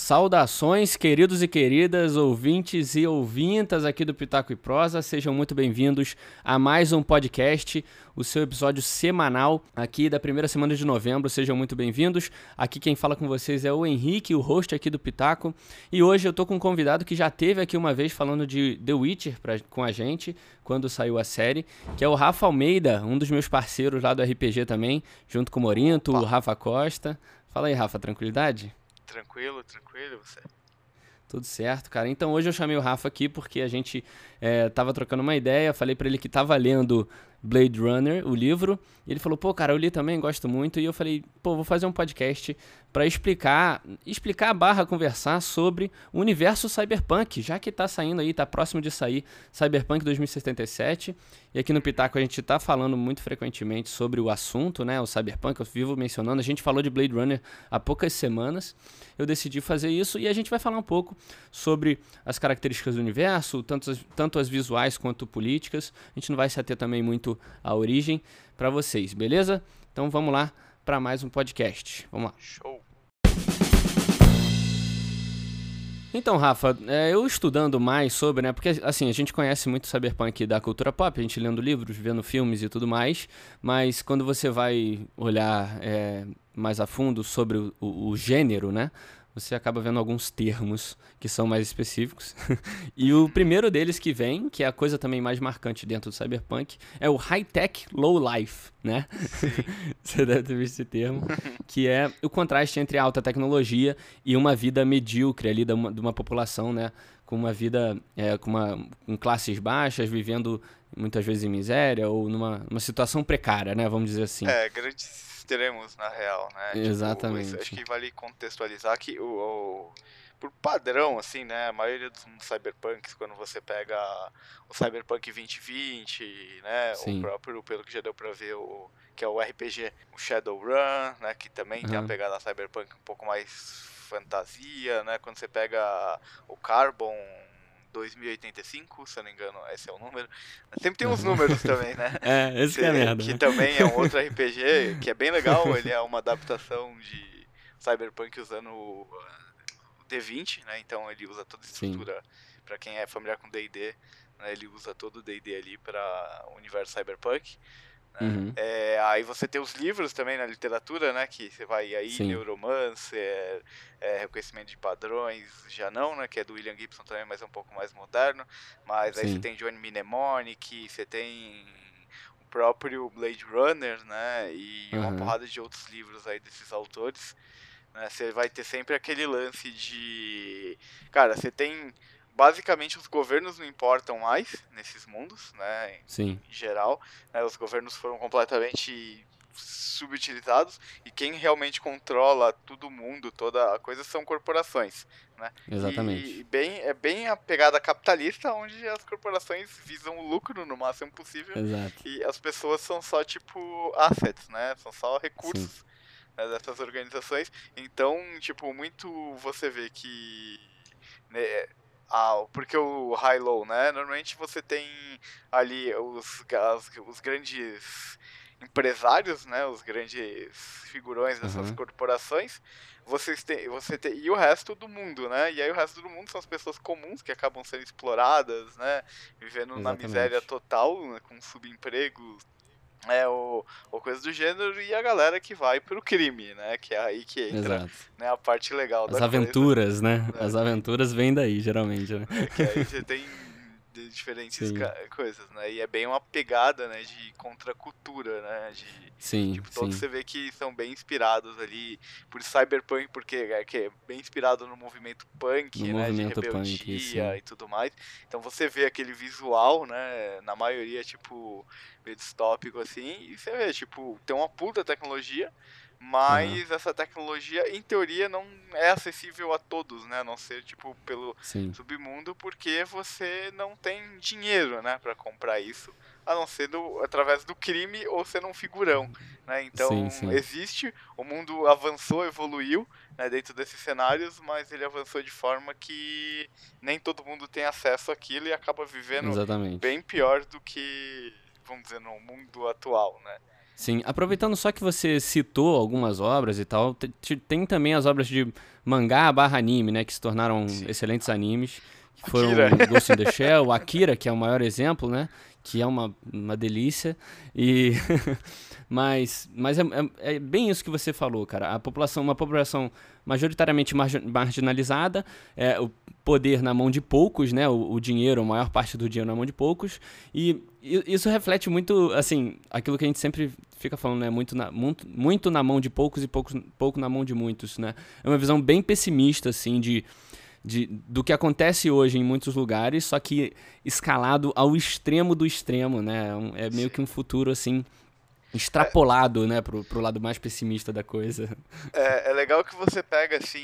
Saudações, queridos e queridas, ouvintes e ouvintas aqui do Pitaco e Prosa, sejam muito bem-vindos a mais um podcast, o seu episódio semanal aqui da primeira semana de novembro, sejam muito bem-vindos. Aqui quem fala com vocês é o Henrique, o host aqui do Pitaco, e hoje eu tô com um convidado que já teve aqui uma vez falando de The Witcher com a gente, quando saiu a série, que é o Rafa Almeida, um dos meus parceiros lá do RPG também, junto com o Morinto, o Rafa Costa. Fala aí, Rafa, tranquilidade? Tranquilo, você? Tudo certo, cara. Então hoje eu chamei o Rafa aqui porque a gente tava trocando uma ideia, falei pra ele que tava lendo Blade Runner, o livro, e ele falou, pô, cara, eu li também, gosto muito, e eu falei, pô, vou fazer um podcast pra explicar / conversar sobre o universo cyberpunk, já que tá saindo aí, tá próximo de sair Cyberpunk 2077, e aqui no Pitaco a gente tá falando muito frequentemente sobre o assunto, né, o cyberpunk, eu vivo mencionando, a gente falou de Blade Runner há poucas semanas, eu decidi fazer isso, e a gente vai falar um pouco sobre as características do universo, tanto as visuais quanto políticas, a gente não vai se ater também muito à origem pra vocês, beleza? Então vamos lá para mais um podcast. Vamos lá. Show! Então, Rafa, eu estudando mais sobre, né, porque assim, a gente conhece muito cyberpunk da cultura pop, a gente lendo livros, vendo filmes e tudo mais, mas quando você vai olhar mais a fundo sobre o gênero, né, você acaba vendo alguns termos que são mais específicos. E o primeiro deles que vem, que é a coisa também mais marcante dentro do cyberpunk, é o high-tech low-life, né? Você deve ter visto esse termo, que é o contraste entre a alta tecnologia e uma vida medíocre ali de uma população, né? Com uma vida com classes baixas, vivendo muitas vezes em miséria ou numa situação precária, né? Vamos dizer assim. Grandes extremos na real, né? Exatamente. Tipo, acho que vale contextualizar que por padrão, assim, né? A maioria dos cyberpunks, quando você pega o Cyberpunk 2020, né? Sim. O próprio, pelo que já deu pra ver, que é o RPG, o Shadowrun, né? Que também tem uma pegada cyberpunk um pouco mais fantasia, né? Quando você pega o Carbon 2085, se eu não me engano, esse é o número. Sempre tem uns números também, né? Esse que é a merda. Que também é um outro RPG, que é bem legal, ele é uma adaptação de Cyberpunk usando o D20, né? Então ele usa toda a estrutura, para quem é familiar com D&D, né? Ele usa todo o D&D ali para o universo Cyberpunk. Né? Aí você tem os livros também na literatura, né? Que você vai aí, Neuromancer, Reconhecimento de Padrões, já não, né? Que é do William Gibson também, mas é um pouco mais moderno. Mas aí você tem John Mnemonic, você tem o próprio Blade Runner, né? E uma porrada de outros livros aí desses autores. Né? Você vai ter sempre aquele lance de... Cara, você tem... Basicamente, os governos não importam mais nesses mundos, né? Em geral, né? Os governos foram completamente subutilizados e quem realmente controla todo mundo, toda a coisa, são corporações, né? Exatamente. E é bem a pegada capitalista, onde as corporações visam o lucro no máximo possível. Exato. E as pessoas são só, tipo, assets, né? São só recursos, né, dessas organizações. Então, tipo, muito você vê que... Né, porque o high-low, né? Normalmente você tem ali os grandes empresários, né? Os grandes figurões dessas corporações. E o resto do mundo, né? E aí o resto do mundo são as pessoas comuns que acabam sendo exploradas, né? Vivendo na miséria total, né, com subempregos, ou coisa do gênero, e a galera que vai pro crime, né? Que é aí que entra, né, a parte legal da coisa. As aventuras, né? As aventuras vêm daí, geralmente, né? Que aí você tem diferentes coisas, né? E é bem uma pegada, né, de contracultura, né? Todos você vê que são bem inspirados ali por cyberpunk, porque é bem inspirado no movimento punk, né? Movimento de rebeldia e tudo mais. Então você vê aquele visual, né? Na maioria, tipo, meio distópico assim, e você vê, tipo, tem uma puta tecnologia, mas essa tecnologia, em teoria, não é acessível a todos, né? A não ser, tipo, pelo submundo, porque você não tem dinheiro, né, pra comprar isso, a não ser através do crime ou sendo um figurão, né? Então, existe, o mundo avançou, evoluiu, né, dentro desses cenários, mas ele avançou de forma que nem todo mundo tem acesso àquilo e acaba vivendo bem pior do que, vamos dizer, no mundo atual, né? Sim, aproveitando só que você citou algumas obras e tal, tem também as obras de mangá barra anime, né, que se tornaram Sim. excelentes animes, que foram Akira. Ghost in the Shell, Akira, que é o maior exemplo, né, que é uma delícia, e mas é bem isso que você falou, cara, uma população majoritariamente marginalizada, o poder na mão de poucos, né, o dinheiro, a maior parte do dinheiro na mão de poucos, e isso reflete muito, assim, aquilo que a gente sempre fica falando, né? Muito na mão de poucos e pouco na mão de muitos, né? É uma visão bem pessimista, assim, do que acontece hoje em muitos lugares, só que escalado ao extremo do extremo, né? É meio que um futuro, assim, extrapolado, né? Pro lado mais pessimista da coisa. É legal que você pega, assim,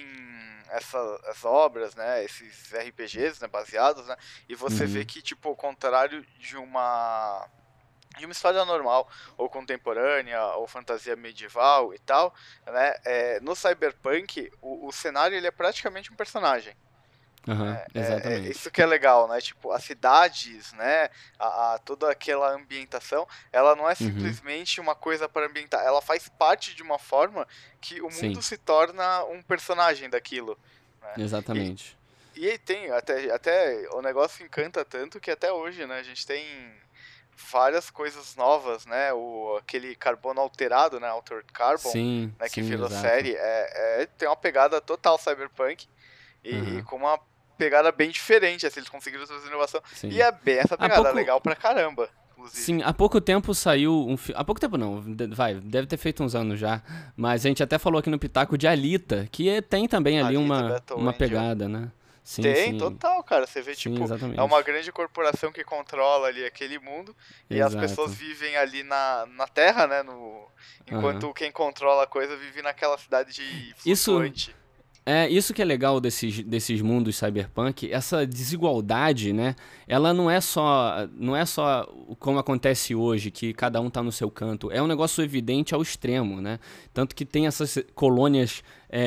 essas obras, né, esses RPGs, né, baseados, né, e você vê que, tipo, ao contrário de uma história normal, ou contemporânea, ou fantasia medieval e tal, né, no Cyberpunk, o cenário ele é praticamente um personagem. Exatamente. Isso que é legal, né? Tipo, as cidades, né? Toda aquela ambientação, ela não é simplesmente uma coisa para ambientar, ela faz parte de uma forma que o mundo se torna um personagem daquilo. Né? Exatamente. E aí tem, até o negócio encanta tanto que até hoje, né? A gente tem várias coisas novas, né? Aquele carbono alterado, né? Altered Carbon, né? Que virou série, tem uma pegada total cyberpunk e com uma pegada bem diferente, assim, eles conseguiram trazer inovação. Sim. E é bem essa pegada, legal pra caramba, inclusive. Sim, há pouco tempo saiu um filme. Há pouco tempo não, deve ter feito uns anos já. Mas a gente até falou aqui no Pitaco de Alita, que tem também ali uma pegada, né? Sim, tem, total, cara. Você vê, tipo, exatamente. É uma grande corporação que controla ali aquele mundo. E as pessoas vivem ali na Terra, né? Enquanto quem controla a coisa vive naquela cidade de flutuante. Isso que é legal desses mundos cyberpunk, essa desigualdade, né? Ela não é só como acontece hoje, que cada um tá no seu canto. É um negócio evidente ao extremo, né? Tanto que tem essas colônias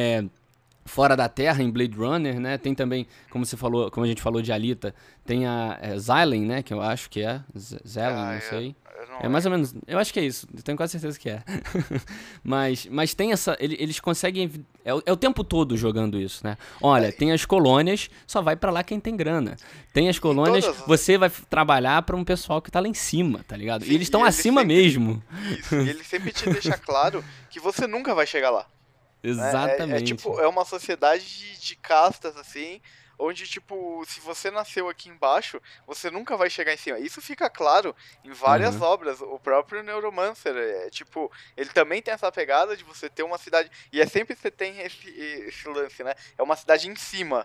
fora da Terra em Blade Runner, né? Tem também, como a gente falou de Alita, tem a Xylem, né? Que eu acho que é Xylem, não sei. Mais ou menos, eu acho que é isso, eu tenho quase certeza que é. mas tem eles conseguem, é o tempo todo jogando isso, né? Olha, tem as colônias, só vai pra lá quem tem grana. Tem as colônias, você vai trabalhar pra um pessoal que tá lá em cima, tá ligado? Sim, e eles estão acima mesmo. Isso, e ele sempre te deixa claro que você nunca vai chegar lá. Exatamente. Tipo, é uma sociedade de castas, assim, onde, tipo, se você nasceu aqui embaixo, você nunca vai chegar em cima. Isso fica claro em várias obras. O próprio Neuromancer, tipo, ele também tem essa pegada de você ter uma cidade... E sempre você tem esse lance, né? É uma cidade em cima.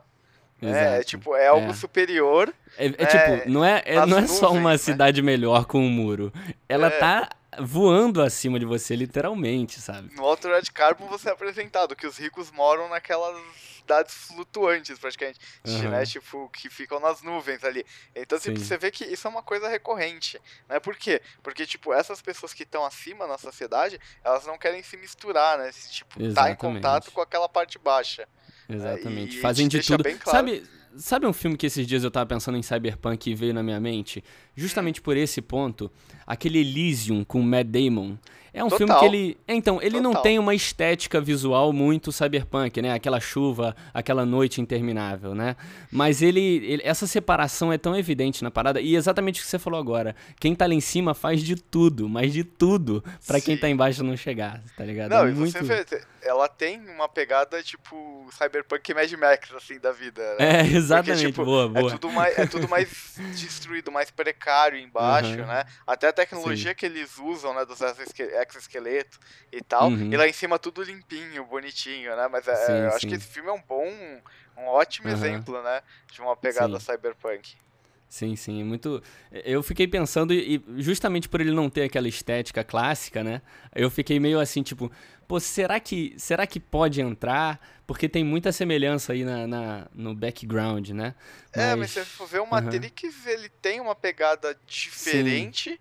Tipo, é algo superior. Tipo, não é só uma cidade melhor com um muro. Ela tá voando acima de você, literalmente, sabe? No Altered Carbon você é apresentado que os ricos moram naquelas cidades flutuantes, praticamente, né? Tipo, que ficam nas nuvens ali. Então, tipo, você vê que isso é uma coisa recorrente, né? Por quê? Porque, tipo, essas pessoas que estão acima na sociedade, elas não querem se misturar, né? Tá em contato com aquela parte baixa. Exatamente. Fazem de tudo. Claro. Sabe um filme que esses dias eu tava pensando em Cyberpunk e veio na minha mente? Justamente por esse ponto, aquele Elysium com Matt Damon. É um filme que ele não tem uma estética visual muito cyberpunk, né? Aquela chuva, aquela noite interminável, né? Mas essa separação é tão evidente na parada. E exatamente o que você falou agora. Quem tá lá em cima faz de tudo, mas de tudo, pra quem tá embaixo não chegar, tá ligado? Não, e você vê, ela tem uma pegada tipo cyberpunk Mad Max, assim, da vida. Né? Exatamente. Porque, tipo, boa. É tudo mais destruído, mais precário embaixo, né? Até a tecnologia que eles usam, né, dos exoesqueleto e tal, e lá em cima tudo limpinho, bonitinho, né? Mas eu acho que esse filme é um ótimo exemplo, né, de uma pegada cyberpunk. Sim, muito... Eu fiquei pensando, e justamente por ele não ter aquela estética clássica, né, eu fiquei meio assim, tipo, pô, será que pode entrar? Porque tem muita semelhança aí no background, né? Mas se você for ver, o Matrix, ele tem uma pegada diferente...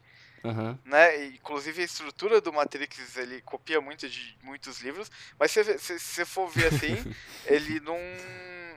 Né? Inclusive a estrutura do Matrix ele copia muito de muitos livros, mas se você for ver assim, ele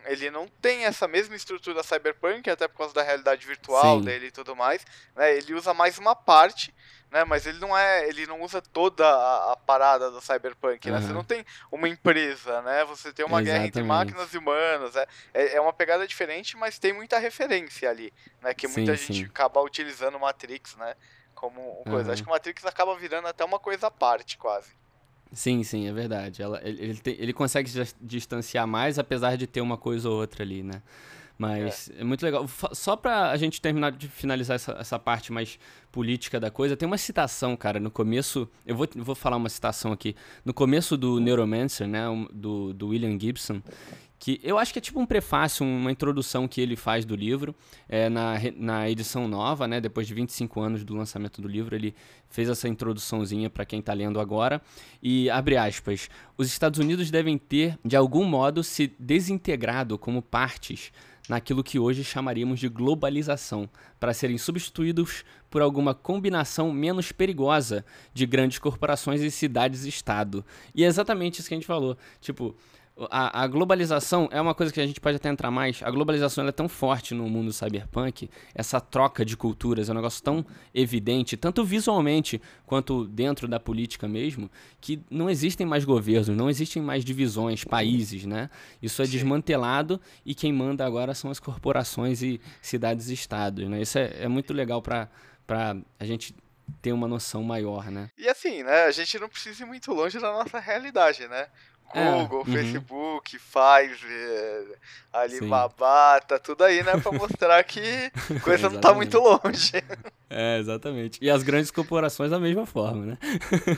ele não tem essa mesma estrutura cyberpunk, até por causa da realidade virtual dele e tudo mais, né? Ele usa mais uma parte, né? Mas ele não usa toda a parada do cyberpunk, né? Você não tem uma empresa, né? Você tem uma guerra entre máquinas e humanos, é uma pegada diferente, mas tem muita referência ali, né? Que muita gente acaba utilizando Matrix, né? Como coisa. Acho que o Matrix acaba virando até uma coisa à parte, quase. Sim, é verdade. Ele consegue se distanciar mais, apesar de ter uma coisa ou outra ali, né? Mas é muito legal. Só pra a gente terminar de finalizar essa parte mais política da coisa, tem uma citação, cara, no começo. Eu vou falar uma citação aqui. No começo do Neuromancer, né? Do William Gibson. Que eu acho que é tipo um prefácio, uma introdução que ele faz do livro. Na edição nova, né? Depois de 25 anos do lançamento do livro, ele fez essa introduçãozinha para quem está lendo agora. E, abre aspas, os Estados Unidos devem ter, de algum modo, se desintegrado como partes naquilo que hoje chamaríamos de globalização, para serem substituídos por alguma combinação menos perigosa de grandes corporações e cidades-estado. E é exatamente isso que a gente falou. Tipo, a globalização é uma coisa que a gente pode até entrar mais. A globalização ela é tão forte no mundo cyberpunk, essa troca de culturas é um negócio tão evidente, tanto visualmente quanto dentro da política mesmo, que não existem mais governos, não existem mais divisões, países, né? Isso é desmantelado e quem manda agora são as corporações e cidades-estados, né? Isso é muito legal para a gente ter uma noção maior, né? E assim, né? A gente não precisa ir muito longe da nossa realidade, né? Google, Facebook, Fiverr, Alibaba, tá tudo aí, né? Pra mostrar que a coisa não tá muito longe. Exatamente. E as grandes corporações da mesma forma, né?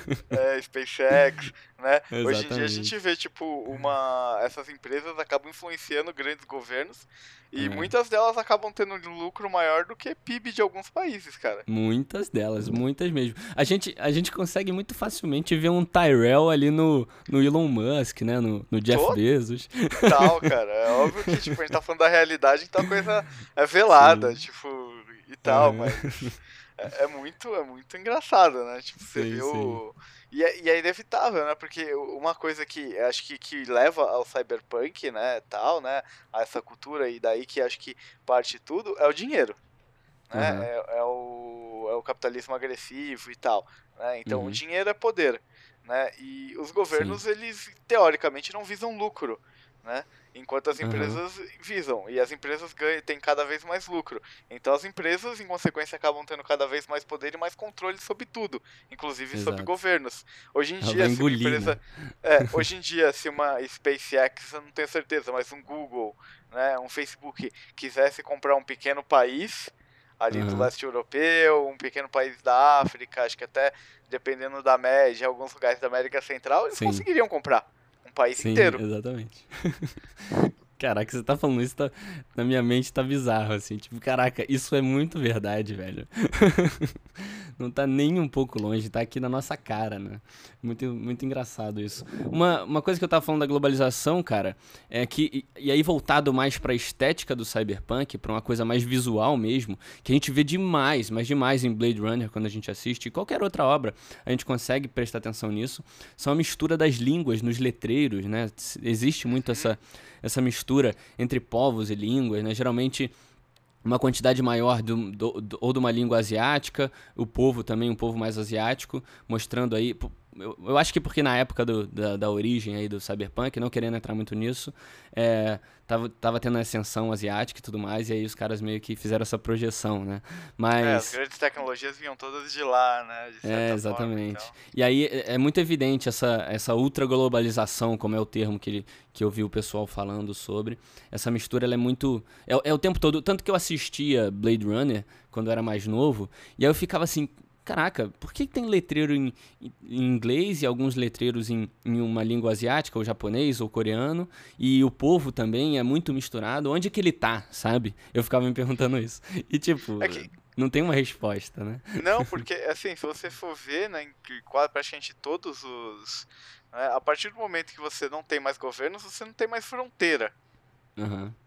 SpaceX, né? Hoje em dia a gente vê, tipo, essas empresas acabam influenciando grandes governos e muitas delas acabam tendo um lucro maior do que PIB de alguns países, cara. Muitas delas, muitas mesmo. A gente consegue muito facilmente ver um Tyrell ali no Elon Musk, né? No Jeff Bezos. Tal, cara. É óbvio que, tipo, a gente tá falando da realidade, então a coisa é velada, tipo, e tal, mas é muito engraçado, né? Tipo, você vê o... E é inevitável, né? Porque uma coisa que acho que leva ao cyberpunk, né, tal, né, a essa cultura, e daí que acho que parte tudo, é o dinheiro, né? É o capitalismo agressivo e tal, né? Então o dinheiro é poder, né? E os governos, eles teoricamente não visam lucro, né? Enquanto as empresas visam, e as empresas têm cada vez mais lucro. Então as empresas, em consequência, acabam tendo cada vez mais poder e mais controle sobre tudo, inclusive sobre governos. Hoje em dia, se uma empresa... hoje em dia, se uma SpaceX, eu não tenho certeza, mas um Google, né, um Facebook, quisesse comprar um pequeno país ali do leste europeu, um pequeno país da África, acho que até, dependendo da média, alguns lugares da América Central, eles conseguiriam comprar um país inteiro. Exatamente. Caraca, você tá falando isso, na minha mente tá bizarro, assim. Tipo, caraca, isso é muito verdade, velho. Não tá nem um pouco longe, tá aqui na nossa cara, né? Muito engraçado isso. Uma coisa que eu tava falando da globalização, cara, é que, e aí voltado mais pra estética do cyberpunk, pra uma coisa mais visual mesmo, que a gente vê demais, mas demais em Blade Runner quando a gente assiste, e qualquer outra obra, a gente consegue prestar atenção nisso, são a mistura das línguas nos letreiros, né? Existe muito essa mistura entre povos e línguas, né? Geralmente uma quantidade maior ou de uma língua asiática, o povo também, um povo mais asiático, mostrando aí... Eu acho que porque na época da origem aí do cyberpunk, não querendo entrar muito nisso, tava tendo a ascensão asiática e tudo mais, e aí os caras meio que fizeram essa projeção, né? Mas... as grandes tecnologias vinham todas de lá, né? De certa exatamente. Forma, então. E aí é muito evidente essa ultraglobalização, como é o termo que eu vi o pessoal falando sobre. Essa mistura, ela é muito... É o tempo todo... Tanto que eu assistia Blade Runner quando eu era mais novo, e aí eu ficava assim... Caraca, por que tem letreiro em inglês e alguns letreiros em uma língua asiática, ou japonês, ou coreano, e o povo também é muito misturado? Onde que ele tá, sabe? Eu ficava me perguntando isso. E tipo, não tem uma resposta, né? Não, porque assim, se você for ver, né, praticamente todos os... Né, a partir do momento que você não tem mais governos, você não tem mais fronteira.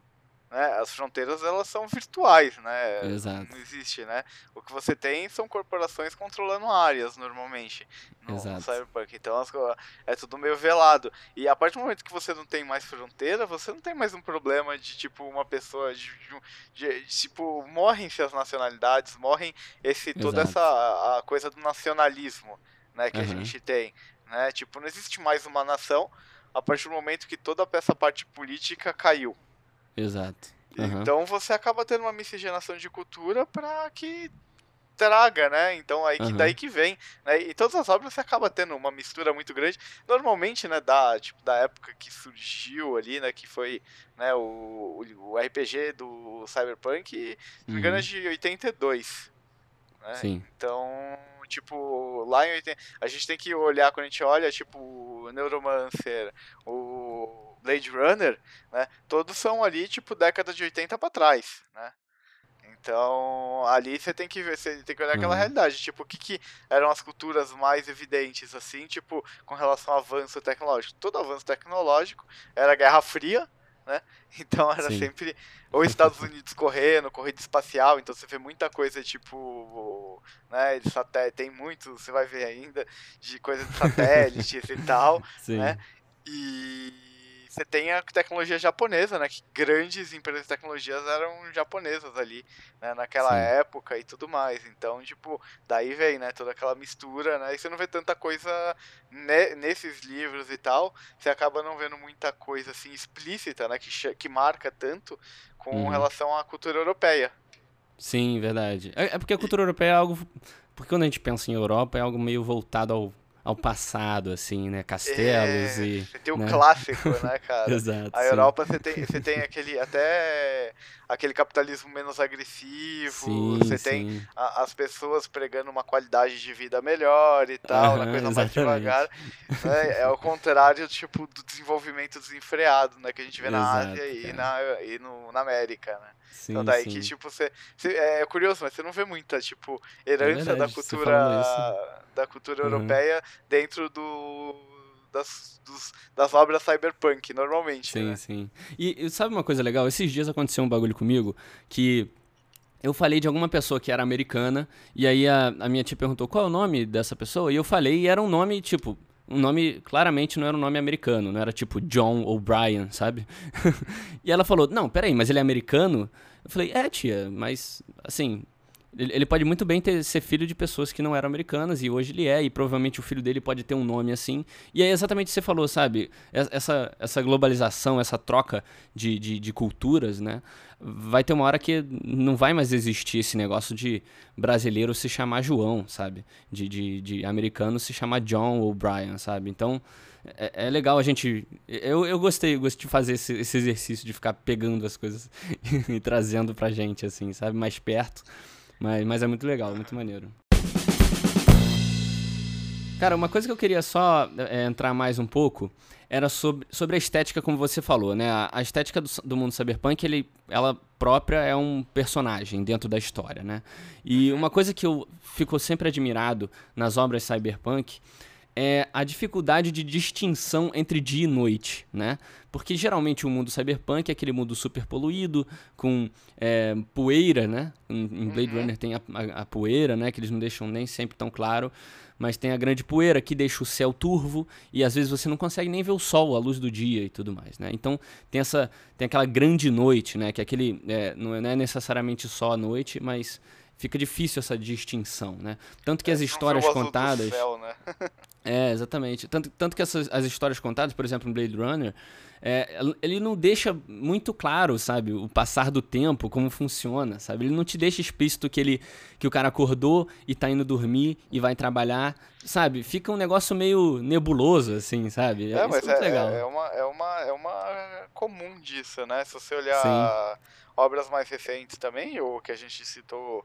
né? As fronteiras, elas são virtuais, né? Exato. Não existe, né? O que você tem são corporações controlando áreas, normalmente, no Exato. Cyberpunk. Então, é tudo meio velado. E a partir do momento que você não tem mais fronteira, você não tem mais um problema de, tipo, uma pessoa... tipo, morrem-se as nacionalidades, morrem toda Exato. a coisa do nacionalismo, né? Que a gente tem, né? Tipo, não existe mais uma nação a partir do momento que toda essa parte política caiu. Exato. Então você acaba tendo uma miscigenação de cultura para que traga, né? Então daí que vem, né? E todas as obras você acaba tendo uma mistura muito grande. Normalmente, né, da época que surgiu ali, né, que foi, né, o RPG do Cyberpunk, se não me engano é de 82, né? Sim. Então, tipo, lá em 80, a gente tem que olhar, quando a gente olha, tipo, o Neuromancer, o Blade Runner, né? Todos são ali, tipo, década de 80 pra trás, né? Então, ali você tem que ver, você tem que olhar aquela realidade, tipo, o que eram as culturas mais evidentes, assim, tipo, com relação ao avanço tecnológico. Todo avanço tecnológico era Guerra Fria, né? Então era sempre ou Estados Unidos correndo, corrida espacial, então você vê muita coisa, tipo, né, de satélite, tem muito, você vai ver ainda, de coisa de satélites e tal, né? E você tem a tecnologia japonesa, né? Que grandes empresas de tecnologias eram japonesas ali, né? Naquela época e tudo mais. Então, tipo, daí vem, né? Toda aquela mistura, né? E você não vê tanta coisa nesses livros e tal. Você acaba não vendo muita coisa, assim, explícita, né? Que marca tanto com relação à cultura europeia. Sim, verdade. É porque a cultura europeia é algo... Porque quando a gente pensa em Europa, é algo meio voltado ao passado, assim, né? Castelos e... Você tem o né? clássico, né, cara? Exato, A Europa você tem aquele capitalismo menos agressivo, você tem as pessoas pregando uma qualidade de vida melhor e tal, uma coisa mais devagar. Né? É o contrário, tipo, do desenvolvimento desenfreado, né, que a gente vê na Ásia e na América, né? Então daí que, tipo, é curioso, mas você não vê muita, tipo, herança da cultura europeia dentro das obras cyberpunk, normalmente, né? Sim. E sabe uma coisa legal? Esses dias aconteceu um bagulho comigo que eu falei de alguma pessoa que era americana, e aí a minha tia perguntou qual é o nome dessa pessoa, e eu falei, e era um nome, tipo, um nome, claramente não era um nome americano, não era tipo John ou Brian, sabe? E ela falou, não, peraí, mas ele é americano? Eu falei, tia, mas, assim, ele pode muito bem ser filho de pessoas que não eram americanas, e hoje ele é, e provavelmente o filho dele pode ter um nome assim. E é exatamente o que você falou, sabe? Essa globalização, essa troca de culturas, né? Vai ter uma hora que não vai mais existir esse negócio de brasileiro se chamar João, sabe? De americano se chamar John ou Brian, sabe? Então, é legal a gente... Eu gosto de fazer esse exercício de ficar pegando as coisas e trazendo pra gente, assim, sabe? Mais perto. Mas é muito legal, muito maneiro. Cara, uma coisa que eu queria só entrar mais um pouco era sobre a estética, como você falou, né? A estética do mundo cyberpunk, ela própria é um personagem dentro da história, né? E uma coisa que eu fico sempre admirado nas obras cyberpunk é a dificuldade de distinção entre dia e noite, né? Porque geralmente o mundo cyberpunk é aquele mundo super poluído, com poeira, né? Em Blade Runner tem a poeira, né? Que eles não deixam nem sempre tão claro, mas tem a grande poeira que deixa o céu turvo e às vezes você não consegue nem ver o sol, a luz do dia e tudo mais, né? Então tem aquela grande noite, né? Que não é necessariamente só a noite, mas fica difícil essa distinção, né? Tanto que as histórias contadas... Céu, né? Exatamente. Tanto que as histórias contadas, por exemplo, em Blade Runner, ele não deixa muito claro, sabe, o passar do tempo, como funciona, sabe? Ele não te deixa explícito que o cara acordou e tá indo dormir e vai trabalhar, sabe? Fica um negócio meio nebuloso, assim, sabe? Isso Mas é muito legal. é uma comum disso, né? Se você olhar obras mais recentes também, ou que a gente citou,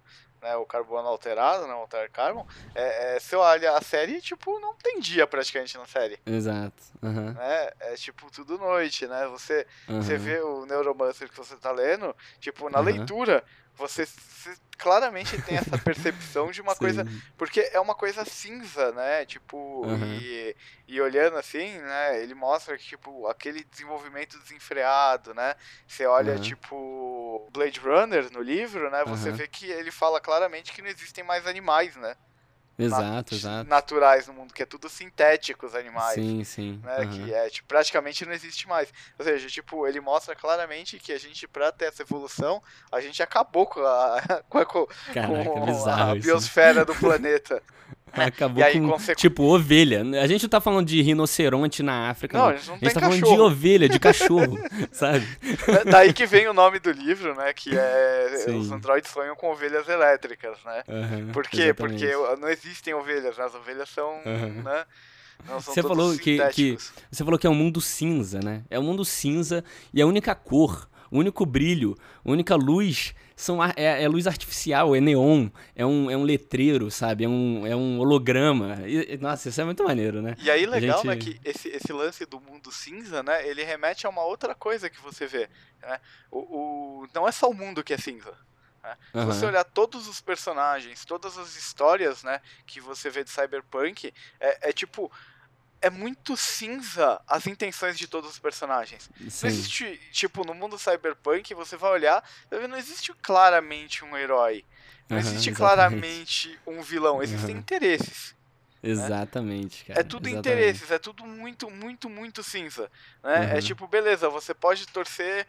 né, o carbono alterado, né, o Altered Carbon, você olha a série, tipo, não tem dia praticamente na série. Exato. Né? É tipo tudo noite, né? Você vê o Neuromancer que você tá lendo, tipo, na leitura, você claramente tem essa percepção de uma coisa, porque é uma coisa cinza, né? Tipo, e olhando assim, né? Ele mostra que, tipo, aquele desenvolvimento desenfreado, né? Você olha, tipo, Blade Runner no livro, né? Você vê que ele fala claramente que não existem mais animais, né? Exato. Naturais no mundo, que é tudo sintético, os animais. Sim. Né, que tipo, praticamente não existe mais. Ou seja, tipo, ele mostra claramente que a gente, pra ter essa evolução, a gente acabou com a, Caraca, bizarro a isso, biosfera do planeta. Acabou com, tipo, ovelha. A gente não tá falando de rinoceronte na África, não. A gente não tá cachorro. Falando de ovelha, de cachorro, sabe? Daí que vem o nome do livro, né? Que é Os Androides Sonham com Ovelhas Elétricas, né? Por quê? Exatamente. Porque não existem ovelhas, né? As ovelhas são, né? Não, são você falou sintéticos. Você falou que é um mundo cinza, né? É um mundo cinza e a única cor, o único brilho, a única luz é luz artificial, é neon, é um letreiro, sabe? É um holograma. Nossa, isso é muito maneiro, né? E aí legal, né, que esse lance do mundo cinza, né, ele remete a uma outra coisa que você vê, né? Não é só o mundo que é cinza. Né? Se você olhar todos os personagens, todas as histórias, né, que você vê de Cyberpunk, tipo... É muito cinza as intenções de todos os personagens. Não existe, tipo, no mundo cyberpunk, você vai olhar, não existe claramente um herói. Não existe claramente um vilão. Existem interesses. Exatamente, cara. É tudo interesses, é tudo muito, muito, muito cinza. Né? É tipo, beleza, você pode torcer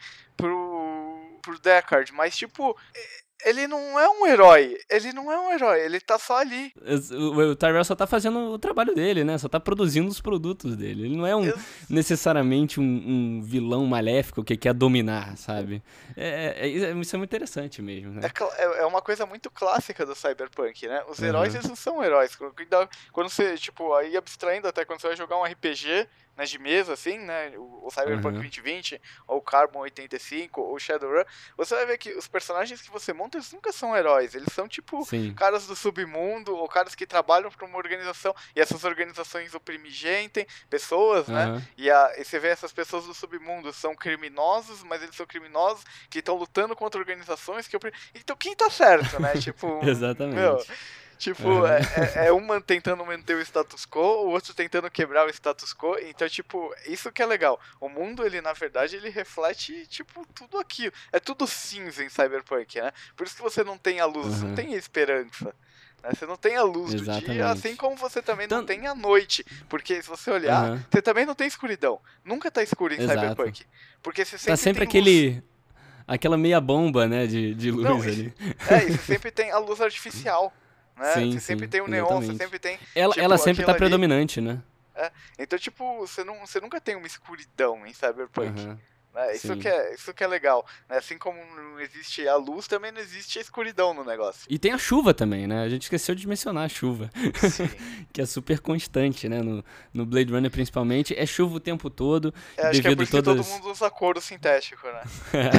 pro Deckard, mas tipo... Ele não é um herói, ele tá só ali. O Tyrell só tá fazendo o trabalho dele, né? Só tá produzindo os produtos dele. Ele não é necessariamente um vilão maléfico que quer dominar, sabe? Isso é muito interessante mesmo, né? É uma coisa muito clássica do Cyberpunk, né? Os heróis, eles não são heróis. Quando você, tipo, aí abstraindo até quando você vai jogar um RPG, né, de mesa, assim, né, o Cyberpunk 2020, ou o Carbon 85, ou o Shadowrun, você vai ver que os personagens que você monta, eles nunca são heróis, eles são, tipo, caras do submundo, ou caras que trabalham para uma organização, e essas organizações oprimigem pessoas, né, e você vê essas pessoas do submundo, são criminosos, mas eles são criminosos que estão lutando contra organizações que oprimem. Então quem tá certo, né, tipo... Exatamente. Tipo, uma tentando manter o status quo, o outro tentando quebrar o status quo. Então, tipo, isso que é legal. O mundo, ele, na verdade, ele reflete, tipo, tudo aquilo. É tudo cinza em Cyberpunk, né? Por isso que você não tem a luz, você não tem a esperança. Né? Você não tem a luz do dia, assim como você também não tem a noite. Porque se você olhar, você também não tem escuridão. Nunca tá escuro em Cyberpunk. Porque você sempre tem luz. Aquela meia bomba, né, de luz ali. E você sempre tem a luz artificial. Né? Você sempre tem o neon, você sempre tem... Ela sempre tá predominante, né? Então, tipo, você nunca tem uma escuridão em Cyberpunk. Né? Isso que é legal. Né? Assim como não existe a luz, também não existe a escuridão no negócio. E tem a chuva também, né? A gente esqueceu de mencionar a chuva. Que é super constante, né? No Blade Runner, principalmente. É chuva o tempo todo. Acho que é por isso que todo mundo usa couro sintético, né?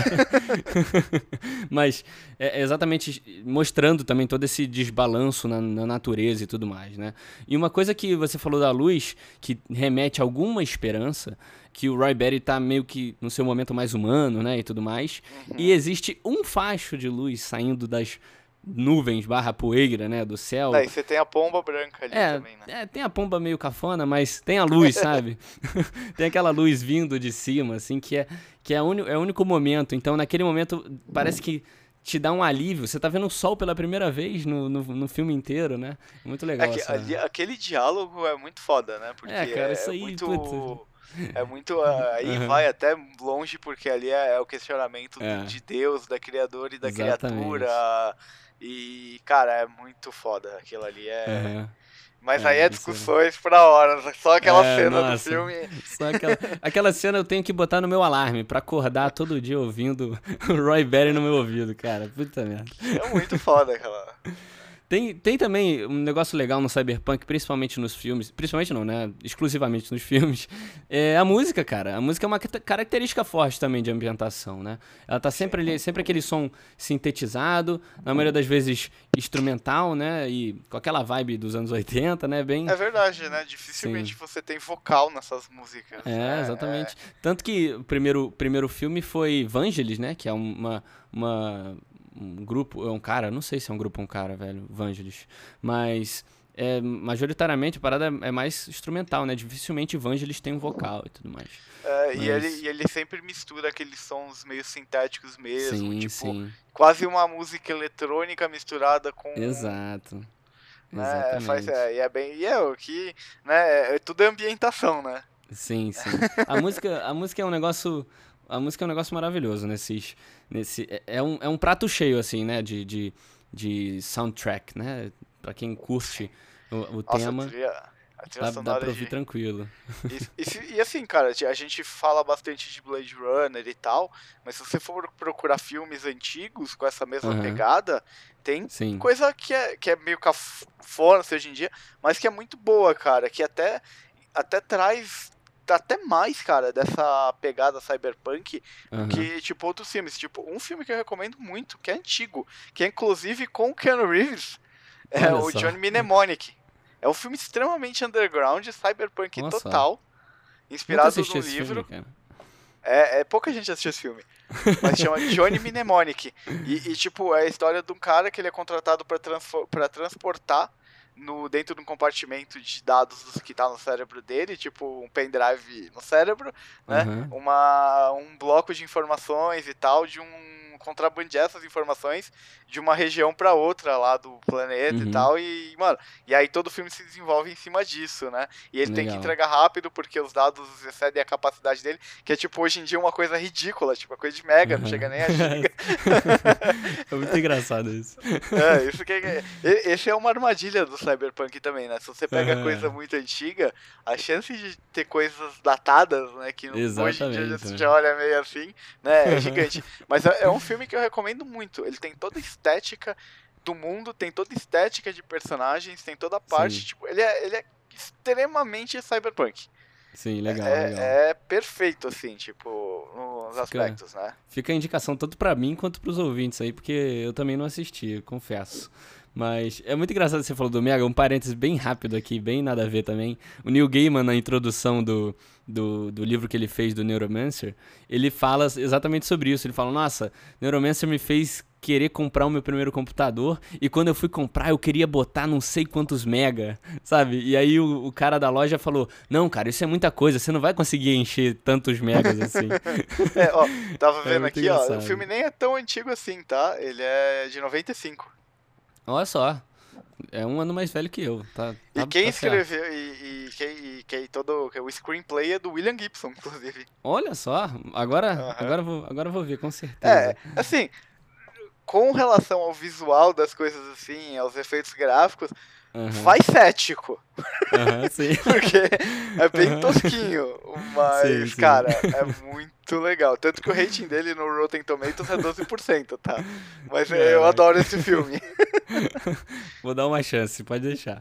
Mas é exatamente mostrando também todo esse desbalanço na natureza e tudo mais, né? E uma coisa que você falou da luz, que remete a alguma esperança, que o Roy Batty tá meio que no seu momento mais humano, né, e tudo mais. E existe um facho de luz saindo das nuvens / poeira, né, do céu. E você tem a pomba branca ali também, né? Tem a pomba meio cafona, mas tem a luz, sabe? Tem aquela luz vindo de cima, assim, que é o único momento. Então, naquele momento, parece que te dá um alívio. Você tá vendo o sol pela primeira vez no filme inteiro, né? É muito legal. Aquele diálogo é muito foda, né? Porque cara, isso aí... muito... É muito... Aí vai até longe, porque ali é o questionamento de Deus, da Criadora e da criatura. E, cara, é muito foda. Aquilo ali Mas aí é discussões pra horas. Só aquela cena do filme. Só aquela cena eu tenho que botar no meu alarme pra acordar todo dia ouvindo o Roy Batty no meu ouvido, cara. Puta merda. É muito foda aquela... Tem também um negócio legal no Cyberpunk, principalmente nos filmes. Principalmente não, né? Exclusivamente nos filmes. É a música, cara. A música é uma característica forte também de ambientação, né? Ela tá sempre ali, sempre aquele som sintetizado, na maioria das vezes instrumental, né? E com aquela vibe dos anos 80, né? Bem... É verdade, né? Dificilmente você tem vocal nessas músicas. É, exatamente. Tanto que o primeiro filme foi Vangelis, né? Que é um grupo, é um cara, não sei se é um grupo ou um cara, velho, Vangelis, mas majoritariamente a parada é mais instrumental, né? Dificilmente Vangelis tem um vocal e tudo mais. E ele sempre mistura aqueles sons meio sintéticos mesmo, Sim, tipo, sim. quase uma música eletrônica misturada com... Exato. Né, Exatamente. o que, né, tudo é ambientação, né? Sim, sim. A música é um negócio, a música é um negócio maravilhoso é um prato cheio assim, né, de soundtrack, né? Pra quem curte o Nossa, tema, a trilha dá sonora pra ouvir tranquilo. E assim, cara, a gente fala bastante de Blade Runner e tal, mas se você for procurar filmes antigos com essa mesma Aham. pegada, tem Sim. coisa que é meio cafona assim, hoje em dia, mas que é muito boa, cara, que até traz até mais, cara, dessa pegada cyberpunk do Aham. que, tipo, outros filmes. Tipo, um filme que eu recomendo muito, que é antigo, que é inclusive com o Keanu Reeves, é Olha o só. Johnny Mnemonic. É um filme extremamente underground, cyberpunk Olha só. total, Nunca inspirado assisti num esse filme, livro. cara. Pouca gente assistiu esse filme, mas chama Johnny Mnemonic. Tipo, é a história de um cara que ele é contratado para transportar dentro de um compartimento de dados que tá no cérebro dele, tipo um pendrive no cérebro, né? Aham. Um bloco de informações e tal, de contrabandear essas informações de uma região para outra lá do planeta e Uhum. tal. E, mano, e aí todo o filme se desenvolve em cima disso, né? E ele tem que Legal. entregar rápido porque os dados excedem a capacidade dele, que é tipo hoje em dia uma coisa ridícula, tipo a coisa de mega, não chega Aham. nem a giga. É muito engraçado isso. Isso esse é uma armadilha do Cyberpunk também, né? Se você pega coisa Aham. muito antiga, a chance de ter coisas datadas, né, que hoje em dia Exatamente, você né? já olha meio assim, né, é gigante. Mas é um filme que eu recomendo muito. Ele tem toda a estética do mundo, tem toda a estética de personagens, tem toda a parte, Sim, tipo, ele é extremamente cyberpunk. sim, legal, legal. É perfeito, assim, tipo, nos Fica, aspectos, né? fica a indicação tanto pra mim quanto pros ouvintes aí, porque eu também não assisti, confesso. Mas é muito engraçado que você falou do Mega, um parênteses bem rápido aqui, bem nada a ver também. O Neil Gaiman, na introdução do livro que ele fez do Neuromancer, ele fala exatamente sobre isso. Ele fala, nossa, Neuromancer me fez querer comprar o meu primeiro computador e quando eu fui comprar eu queria botar não sei quantos mega, sabe? E aí o cara da loja falou, não, cara, isso é muita coisa, você não vai conseguir encher tantos megas assim. Ó, tava É vendo muito aqui, ó, o engraçado. filme nem é tão antigo assim, tá? Ele é de 95. Olha só, é um ano mais velho que eu, E quem tá certo. escreveu, quem todo, o screenplay é do William Gibson, inclusive. Olha só, Aham. agora eu vou ver, com certeza. Assim, com relação ao visual das coisas assim, aos efeitos gráficos, Aham, vai cético, aham, sim. porque é bem Aham. tosquinho, Sim, mas, sim. cara, é muito legal. Tanto que o rating dele no Rotten Tomatoes é 12%, tá? Mas eu Caraca. adoro esse filme. Vou dar uma chance, pode deixar.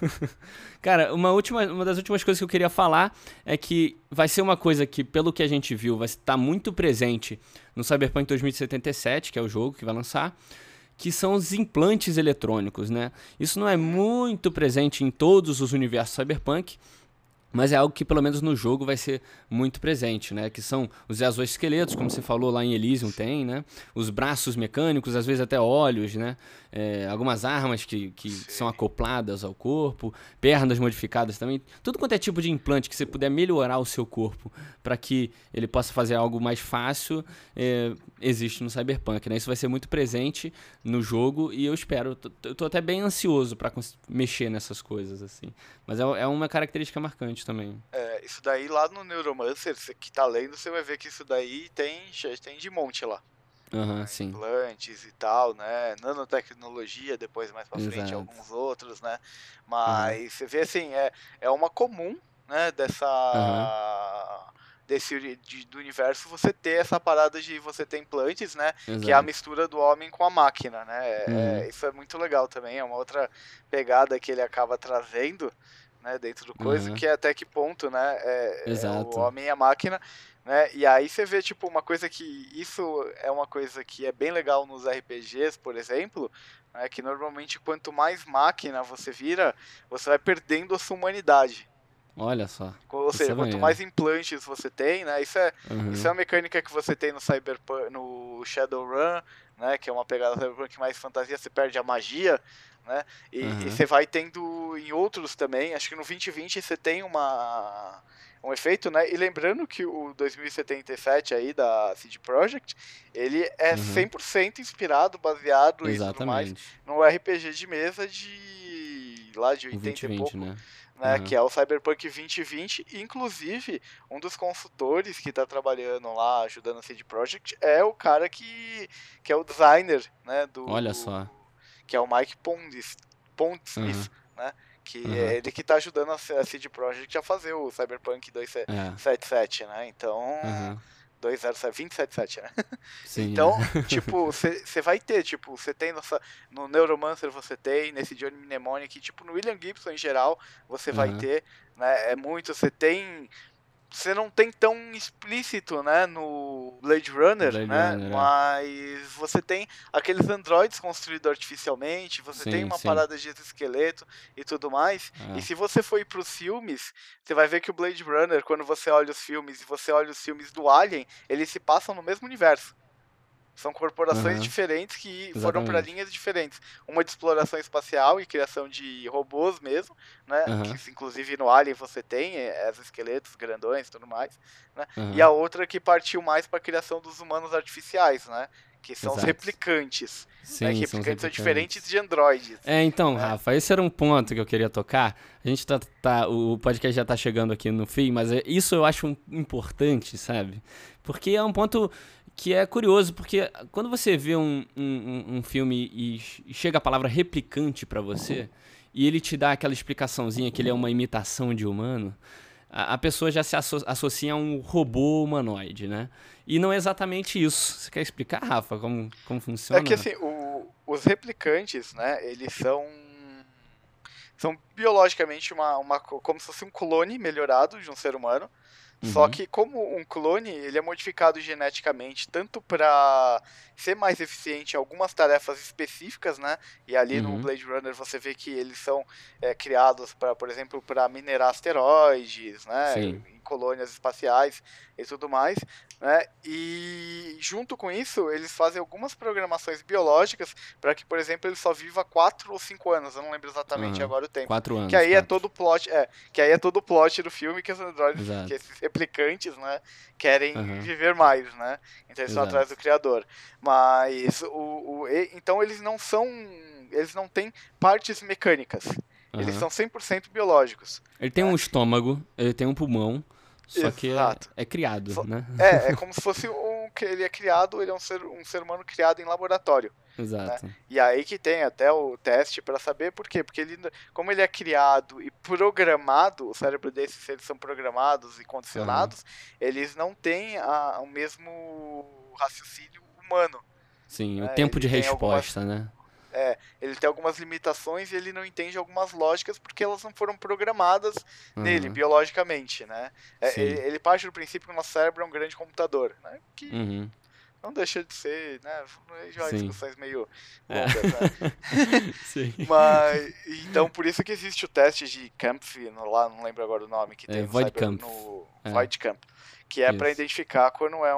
Cara, uma das últimas coisas que eu queria falar é que vai ser uma coisa que, pelo que a gente viu, vai estar muito presente no Cyberpunk 2077, que é o jogo que vai lançar, que são os implantes eletrônicos, né? Isso não é Uhum. muito presente em todos os universos Cyberpunk, mas é algo que, pelo menos no jogo, vai ser muito presente, né? Que são os exoesqueletos, como você falou lá em Elysium tem, né? Os braços mecânicos, às vezes até olhos, né? Algumas armas que são Sim. acopladas ao corpo, pernas modificadas também. Tudo quanto é tipo de implante que você puder melhorar o seu corpo para que ele possa fazer algo mais fácil, existe no Cyberpunk, né? Isso vai ser muito presente no jogo e eu espero. Eu tô até bem ansioso para mexer nessas coisas, assim. Mas é uma característica marcante também. Isso daí lá no Neuromancer, você que tá lendo, você vai ver que isso daí tem de monte lá. Aham, Né? sim. Implantes e tal, né? Nanotecnologia, depois mais pra frente Exato. alguns outros, né? Aham. Mas você vê assim, é uma comum, né, Aham. do universo, você ter essa parada de você ter implantes, né? Exato. Que é a mistura do homem com a máquina, né? Isso é muito legal também, é uma outra pegada que ele acaba trazendo, né, dentro do coisa, que é até que ponto, né, é o homem e a máquina, né, e aí você vê, tipo, uma coisa que, isso é uma coisa que é bem legal nos RPGs, por exemplo, né, que normalmente quanto mais máquina você vira, você vai perdendo a sua humanidade. Olha só. Ou seja, quanto mais implantes você tem, né, isso é uma mecânica que você tem no Cyberpunk, no Shadowrun, né, que é uma pegada Cyberpunk mais fantasia, você perde a magia, né, e você vai tendo em outros também, acho que no 2020 você tem um efeito, né, e lembrando que o 2077 aí da CD Projekt, ele é 100% inspirado, baseado e tudo mais, no RPG de mesa lá de 80 e pouco, né? Que é o Cyberpunk 2020, inclusive um dos consultores que está trabalhando lá, ajudando a CD Projekt, é o cara que é o designer, né, olha só, que é o Mike Pondsmith, né, que é ele que está ajudando a CD Projekt a fazer o Cyberpunk 277, né, então... 2077, né? Sim, então, tipo, você vai ter, tipo, você tem no Neuromancer, você tem, nesse Johnny Mnemonic, tipo, no William Gibson em geral, você vai ter, né, você não tem tão explícito, né, no Blade Runner, né, mas você tem aqueles androides construídos artificialmente, você tem uma parada de exoesqueleto e tudo mais, e se você for ir pros filmes, você vai ver que o Blade Runner, quando você olha os filmes e você olha os filmes do Alien, eles se passam no mesmo universo. São corporações diferentes que foram para linhas diferentes. Uma de exploração espacial e criação de robôs mesmo, né? Que, inclusive no Alien você tem exoesqueletos grandões e tudo mais, né? E a outra que partiu mais para a criação dos humanos artificiais, né? Que são os replicantes. Sim, né? Que replicantes são diferentes de androides. Então, né? Rafa, esse era um ponto que eu queria tocar. A gente o podcast já tá chegando aqui no fim, mas isso eu acho importante, sabe? Porque é um ponto que é curioso, porque quando você vê um filme e chega a palavra replicante pra você, e ele te dá aquela explicaçãozinha que ele é uma imitação de humano, a pessoa já se associa a um robô humanoide, né? E não é exatamente isso. Você quer explicar, Rafa, como funciona? É que assim, os replicantes, né, eles são biologicamente como se fosse um clone melhorado de um ser humano. Só que como um clone, ele é modificado geneticamente tanto para ser mais eficiente em algumas tarefas específicas, né? E ali no Blade Runner você vê que eles são criados, por exemplo, para minerar asteroides, né? Em colônias espaciais e tudo mais, né? E junto com isso, eles fazem algumas programações biológicas para que, por exemplo, ele só viva 4 ou 5 anos, eu não lembro exatamente agora o tempo. 4 anos. Que aí é todo o plot, que aí é todo o plot do filme que os androides, que esses replicantes, né, querem viver mais, né? Então eles estão atrás do criador. Mas então eles não têm partes mecânicas. Eles são 100% biológicos. Ele tem um estômago, ele tem um pulmão, só que é criado, né? É como se fosse ele é criado, ele é um ser humano criado em laboratório. Exato. Né? E aí que tem até o teste para saber por quê. Porque como ele é criado e programado, o cérebro desses, se eles são programados e condicionados, eles não têm o mesmo raciocínio humano. Sim, o tempo de resposta, né? Ele tem algumas limitações e ele não entende algumas lógicas porque elas não foram programadas nele, biologicamente, né? Ele parte do princípio que o nosso cérebro é um grande computador, né? Que não deixa de ser, né? Já discussões meio longas, né? Sim. Mas, então, por isso que existe o teste de Kampf, lá, não lembro agora o nome, que tem no Voidkamp, que é para identificar quando é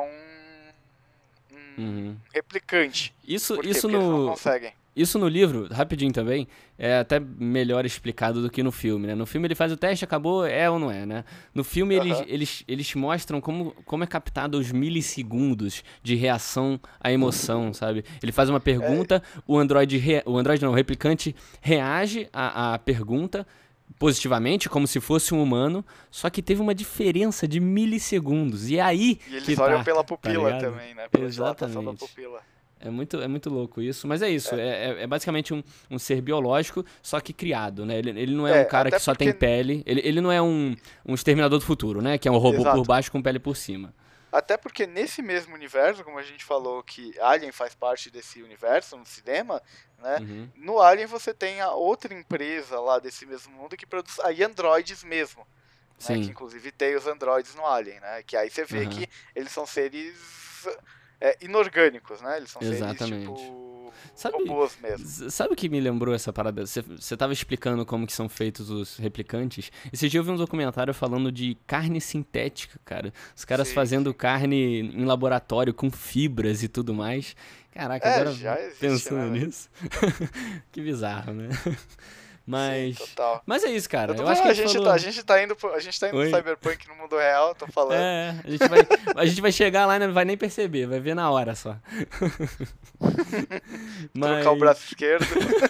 um replicante. Isso eles não conseguem. Isso no livro, rapidinho também, é até melhor explicado do que no filme, né? No filme ele faz o teste, acabou, ou não é, né? No filme eles mostram como é captado os milissegundos de reação à emoção, sabe? Ele faz uma pergunta, o replicante reage à pergunta positivamente, como se fosse um humano, só que teve uma diferença de milissegundos. E aí eles olham pela pupila também, né? Pela dilatação da pupila. É muito louco isso, mas é isso, é basicamente um ser biológico, só que criado, né? Ele não é um cara que só tem pele, ele não é um exterminador do futuro, né? Que é um robô por baixo com pele por cima. Até porque nesse mesmo universo, como a gente falou que Alien faz parte desse universo no cinema, né? No Alien você tem a outra empresa lá desse mesmo mundo que produz aí androides mesmo. Né? Que inclusive tem os androides no Alien, né? Que aí você vê que eles são seres inorgânicos, né? Eles são seres tipo robôs mesmo. Sabe o que me lembrou essa parada? Você tava explicando como que são feitos os replicantes. Esse dia eu vi um documentário falando de carne sintética, cara. Os caras fazendo carne em laboratório com fibras e tudo mais. Caraca, agora pensando nisso. Que bizarro, né? Mas, sim, total. Mas é isso, cara. Eu acho que a gente tá indo pro Cyberpunk no mundo real, tô falando. A gente vai chegar lá e não vai nem perceber, vai ver na hora só. Trocar o braço esquerdo.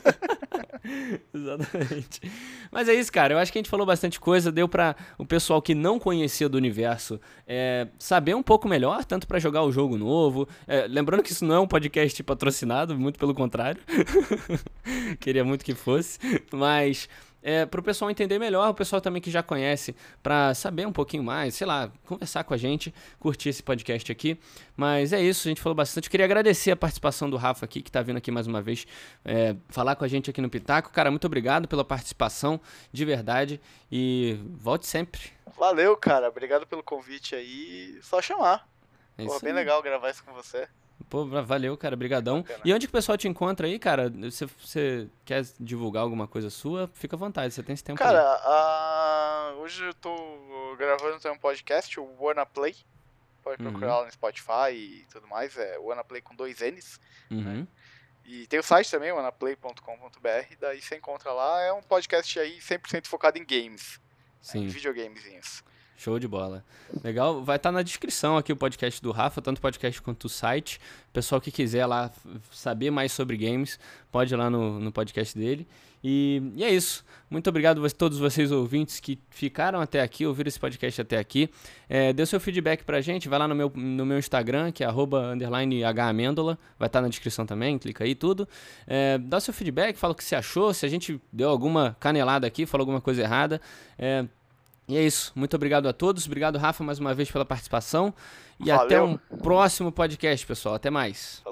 Exatamente. Mas é isso, cara. Eu acho que a gente falou bastante coisa. Deu pra o pessoal que não conhecia do universo saber um pouco melhor, tanto pra jogar o jogo novo. Lembrando que isso não é um podcast patrocinado, muito pelo contrário. Queria muito que fosse. Mas pro pessoal entender melhor, o pessoal também que já conhece, pra saber um pouquinho mais, sei lá, conversar com a gente, curtir esse podcast aqui. Mas é isso, a gente falou bastante. Eu queria agradecer a participação do Rafa aqui, que tá vindo aqui mais uma vez falar com a gente aqui no Pitaco. Cara, muito obrigado pela participação, de verdade, e volte sempre. Valeu, cara, obrigado pelo convite aí, só chamar. Pô, bem legal gravar isso com você. Pô, valeu, cara, brigadão. E onde que o pessoal te encontra aí, cara? Você quer divulgar alguma coisa sua? Fica à vontade, você tem esse tempo. Cara, hoje eu tô gravando um podcast, o Wanna Play. Pode procurar lá no Spotify e tudo mais, Wanna Play com 2 N's. Né? E tem o site também, wannaplay.com.br, daí você encontra lá. É um podcast aí 100% focado em games, em videogamezinhos. Show de bola. Legal, vai estar na descrição aqui o podcast do Rafa, tanto o podcast quanto o site. O pessoal que quiser lá saber mais sobre games, pode ir lá no podcast dele. E é isso. Muito obrigado a todos vocês ouvintes que ficaram até aqui, ouviram esse podcast até aqui. Dê seu feedback pra gente, vai lá no meu Instagram, que é @_hamendola, vai estar na descrição também, clica aí tudo. Dá seu feedback, fala o que você achou, se a gente deu alguma canelada aqui, falou alguma coisa errada. E é isso. Muito obrigado a todos. Obrigado, Rafa, mais uma vez pela participação. E até um próximo podcast, pessoal. Até mais.